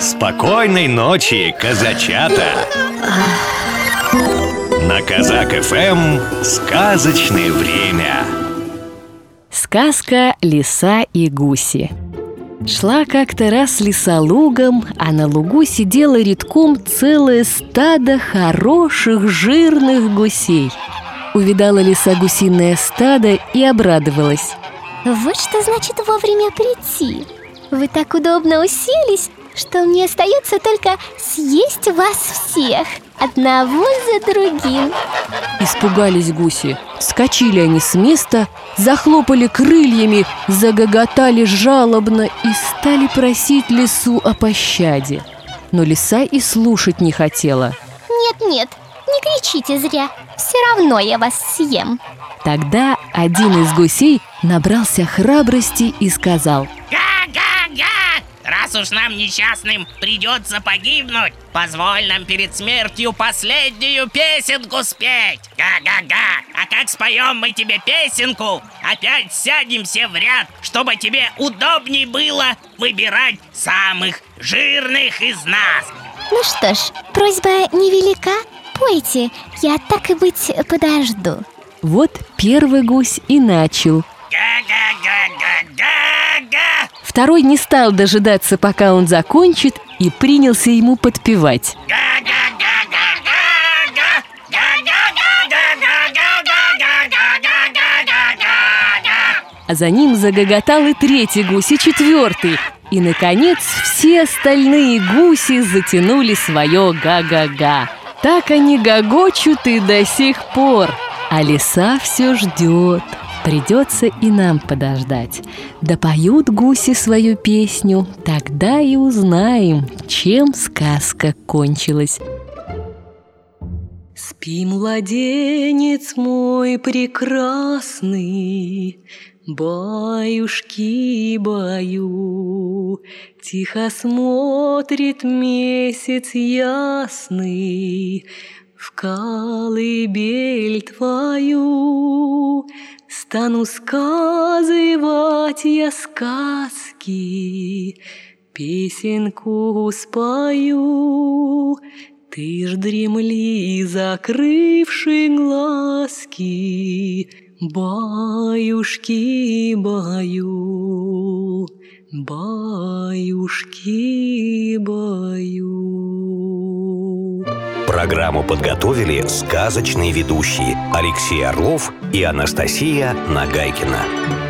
Спокойной ночи, казачата! На Казак ФМ сказочное время. Сказка «Лиса и гуси». Шла как-то раз лиса лугом, а на лугу сидело редком целое стадо хороших жирных гусей. Увидала лиса гусиное стадо и обрадовалась. Вот что значит вовремя прийти. Вы так удобно уселись, что мне остается только съесть вас всех, одного за другим. Испугались гуси. Вскочили они с места, захлопали крыльями, загоготали жалобно и стали просить лису о пощаде. Но лиса и слушать не хотела. Нет, не кричите зря, все равно я вас съем. Тогда один из гусей набрался храбрости и сказал: Га-га-га! Раз уж нам несчастным придется погибнуть, позволь нам перед смертью последнюю песенку спеть. Га-га-га! А как споем мы тебе песенку, опять сядем все в ряд, чтобы тебе удобней было выбирать самых жирных из нас. Ну что ж, просьба невелика, пойте, я так и быть подожду. Вот первый гусь и начал. Га-га-га-га-га-га! Второй не стал дожидаться, пока он закончит, и принялся ему подпевать. А за ним загоготал и третий гусь, и четвертый. И, наконец, все остальные гуси затянули свое га-га-га. Так они гогочут и до сих пор. А лиса все ждет. Придется и нам подождать. Допоют гуси свою песню, тогда и узнаем, чем сказка кончилась. Спи, младенец мой прекрасный, баюшки-баю, тихо смотрит месяц ясный в колыбель твою. Стану сказывать я сказки, песенку спою. Ты ж дремли, закрывши глазки, баюшки-баю, баюшки-баю. Программу подготовили сказочные ведущие Алексей Орлов и Анастасия Нагайкина.